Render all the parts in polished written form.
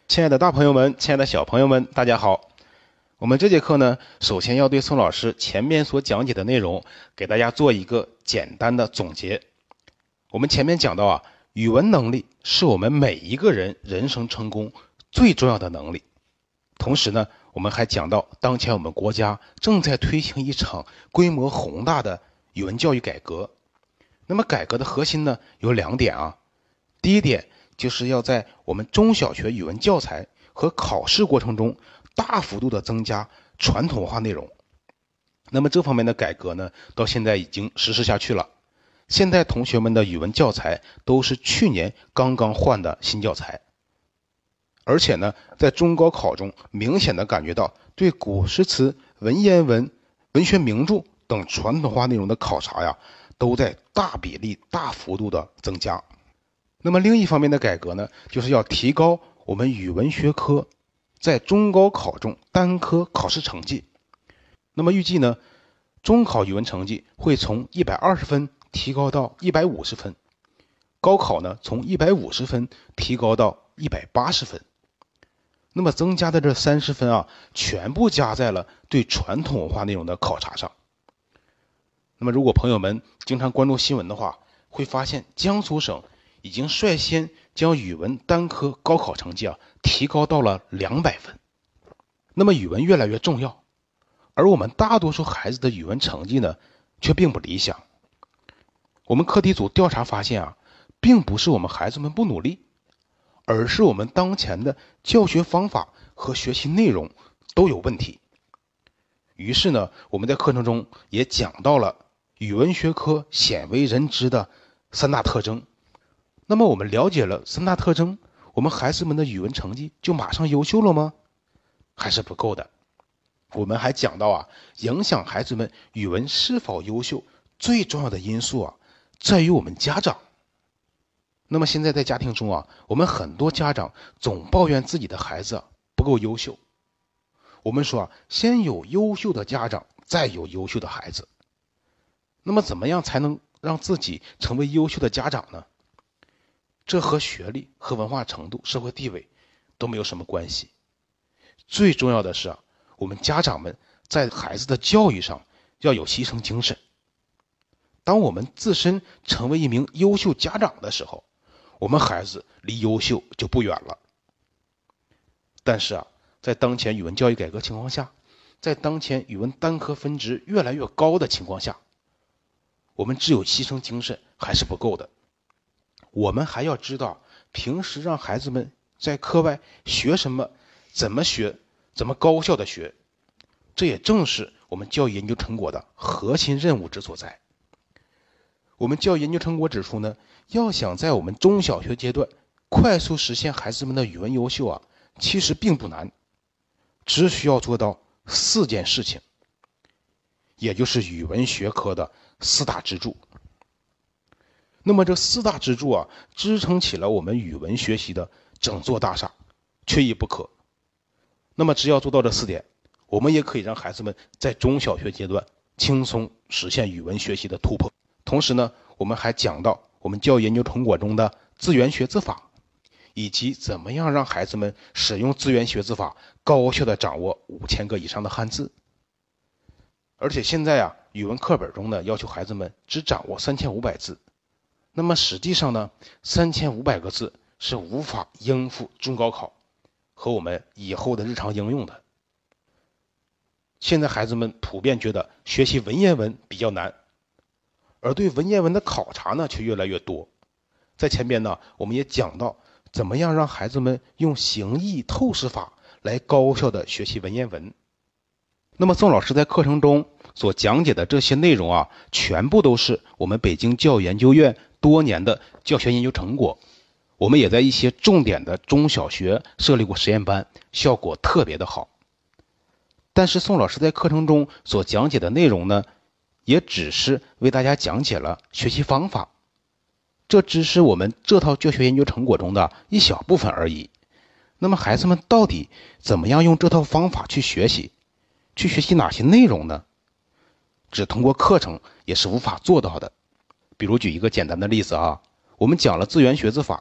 亲爱的大朋友们，亲爱的小朋友们，大家好。我们这节课呢，首先要对宋老师前面所讲解的内容，给大家做一个简单的总结。我们前面讲到啊，语文能力是我们每一个人人生成功最重要的能力。同时呢，我们还讲到，当前我们国家正在推行一场规模宏大的语文教育改革。那么改革的核心呢，有2点啊。第一点就是要在我们中小学语文教材和考试过程中大幅度的增加传统文化内容。那么这方面的改革呢，到现在已经实施下去了。现在同学们的语文教材都是去年刚刚换的新教材。而且呢，在中高考中明显的感觉到对古诗词、文言文、文学名著等传统文化内容的考察呀，都在大比例、大幅度的增加。那么另一方面的改革呢，就是要提高我们语文学科在中高考中单科考试成绩。那么预计呢，中考语文成绩会从120分提高到150分，高考呢从150分提高到180分。那么增加的这30分啊，全部加在了对传统文化内容的考察上。那么如果朋友们经常关注新闻的话，会发现江苏省已经率先将语文单科高考成绩提高到了200分。那么语文越来越重要，而我们大多数孩子的语文成绩呢，却并不理想。我们课题组调查发现并不是我们孩子们不努力，而是我们当前的教学方法和学习内容都有问题。于是呢，我们在课程中也讲到了语文学科鲜为人知的3大特征。那么我们了解了3大特征，我们孩子们的语文成绩就马上优秀了吗？还是不够的。我们还讲到影响孩子们语文是否优秀最重要的因素在于我们家长。那么现在在家庭中我们很多家长总抱怨自己的孩子不够优秀。我们说先有优秀的家长，再有优秀的孩子。那么怎么样才能让自己成为优秀的家长呢？这和学历、和文化程度、社会地位都没有什么关系。最重要的是我们家长们在孩子的教育上要有牺牲精神。当我们自身成为一名优秀家长的时候，我们孩子离优秀就不远了。但是在当前语文教育改革情况下，在当前语文单科分值越来越高的情况下，我们只有牺牲精神还是不够的。我们还要知道平时让孩子们在课外学什么，怎么学，怎么高效的学。这也正是我们教育研究成果的核心任务之所在。我们教育研究成果指出呢，要想在我们中小学阶段快速实现孩子们的语文优秀其实并不难，只需要做到4件事情，也就是语文学科的4大支柱。那么这4大支柱支撑起了我们语文学习的整座大厦，缺一不可。那么只要做到这4点，我们也可以让孩子们在中小学阶段轻松实现语文学习的突破。同时呢，我们还讲到我们教育研究成果中的资源学字法，以及怎么样让孩子们使用资源学字法高效地掌握5000个以上的汉字。而且现在语文课本中呢，要求孩子们只掌握3500字。那么实际上呢，3500个字是无法应付中高考和我们以后的日常应用的。现在孩子们普遍觉得学习文言文比较难，而对文言文的考察呢却越来越多。在前边呢，我们也讲到怎么样让孩子们用形意透视法来高效的学习文言文。那么宋老师在课程中所讲解的这些内容全部都是我们北京教育研究院多年的教学研究成果。我们也在一些重点的中小学设立过实验班，效果特别的好。但是宋老师在课程中所讲解的内容呢，也只是为大家讲解了学习方法，这只是我们这套教学研究成果中的一小部分而已。那么孩子们到底怎么样用这套方法去学习哪些内容呢？只通过课程也是无法做到的。比如举一个简单的例子我们讲了资源学字法，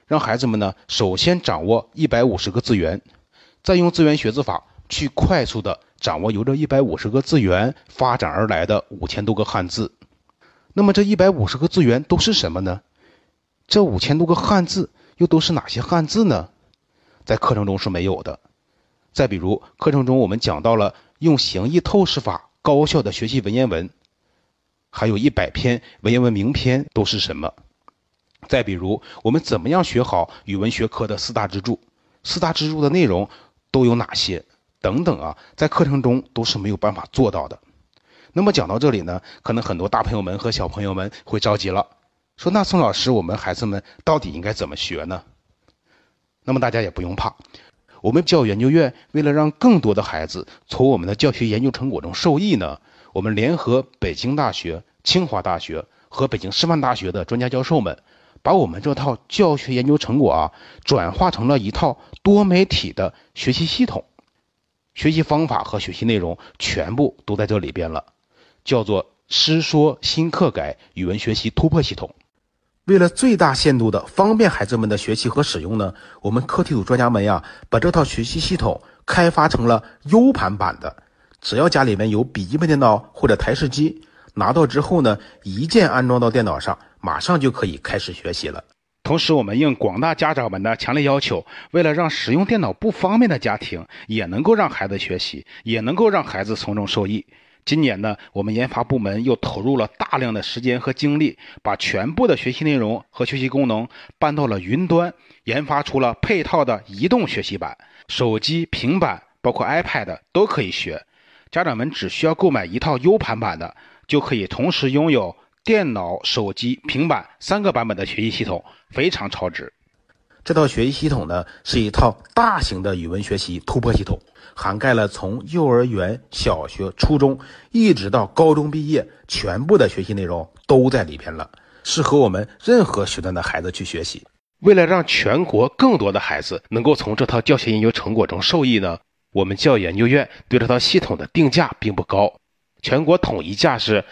让孩子们呢首先掌握150个字元，再用字元学字法去快速的掌握由这150个字元发展而来的5000多个汉字。那么这150个字元都是什么呢？这5000多个汉字又都是哪些汉字呢？在课程中是没有的。再比如课程中我们讲到了用形意透视法高效的学习文言文，还有100篇文言文名篇都是什么？再比如我们怎么样学好语文学科的4大支柱，4大支柱的内容都有哪些等等啊，在课程中都是没有办法做到的。那么讲到这里呢，可能很多大朋友们和小朋友们会着急了，说那宋老师，我们孩子们到底应该怎么学呢？那么大家也不用怕，我们教育研究院为了让更多的孩子从我们的教学研究成果中受益呢，我们联合北京大学、清华大学和北京师范大学的专家教授们，把我们这套教学研究成果转化成了一套多媒体的学习系统，学习方法和学习内容全部都在这里边了，叫做师说新课改语文学习突破系统。为了最大限度的方便孩子们的学习和使用呢，我们课题组专家们把这套学习系统开发成了 U 盘版的，只要家里面有笔记本电脑或者台式机，拿到之后呢，一键安装到电脑上，马上就可以开始学习了。同时我们应广大家长们的强烈要求，为了让使用电脑不方便的家庭也能够让孩子学习，也能够让孩子从中受益，今年呢，我们研发部门又投入了大量的时间和精力，把全部的学习内容和学习功能搬到了云端，研发出了配套的移动学习版，手机、平板包括 iPad 都可以学。家长们只需要购买一套 U 盘版的，就可以同时拥有电脑、手机、平板3个版本的学习系统，非常超值。这套学习系统呢，是一套大型的语文学习突破系统，涵盖了从幼儿园、小学、初中一直到高中毕业，全部的学习内容都在里边了，适合我们任何学段的孩子去学习。为了让全国更多的孩子能够从这套教学研究成果中受益呢，我们教育研究院对这套系统的定价并不高，全国统一价是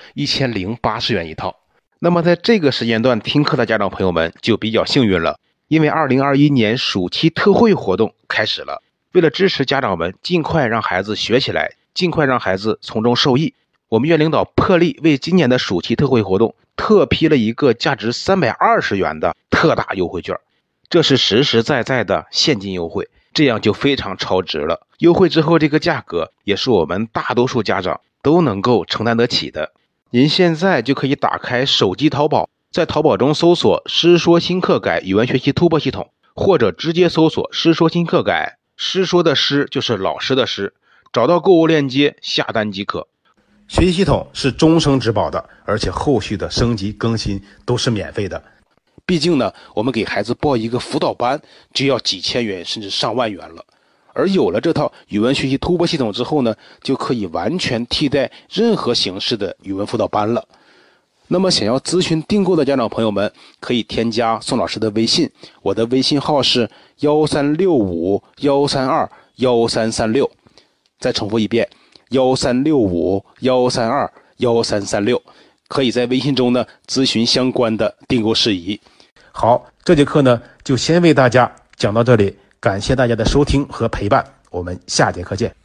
1080元一套。那么在这个时间段听课的家长朋友们就比较幸运了，因为2021年暑期特惠活动开始了。为了支持家长们尽快让孩子学起来，尽快让孩子从中受益，我们院领导破例为今年的暑期特惠活动特批了一个价值320元的特大优惠券，这是实实在在的现金优惠，这样就非常超值了。优惠之后这个价格也是我们大多数家长都能够承担得起的。您现在就可以打开手机淘宝，在淘宝中搜索师说新课改语文学习突破系统，或者直接搜索师说新课改，师说的师就是老师的师，找到购物链接下单即可。学习系统是终生质保的，而且后续的升级更新都是免费的。毕竟呢，我们给孩子报一个辅导班就要几千元甚至上万元了，而有了这套语文学习突破系统之后呢，就可以完全替代任何形式的语文辅导班了。那么想要咨询订购的家长朋友们，可以添加宋老师的微信，我的微信号是1365-132-1336，再重复一遍1365-132-1336，可以在微信中呢咨询相关的订购事宜。好，这节课呢就先为大家讲到这里，感谢大家的收听和陪伴，我们下节课见。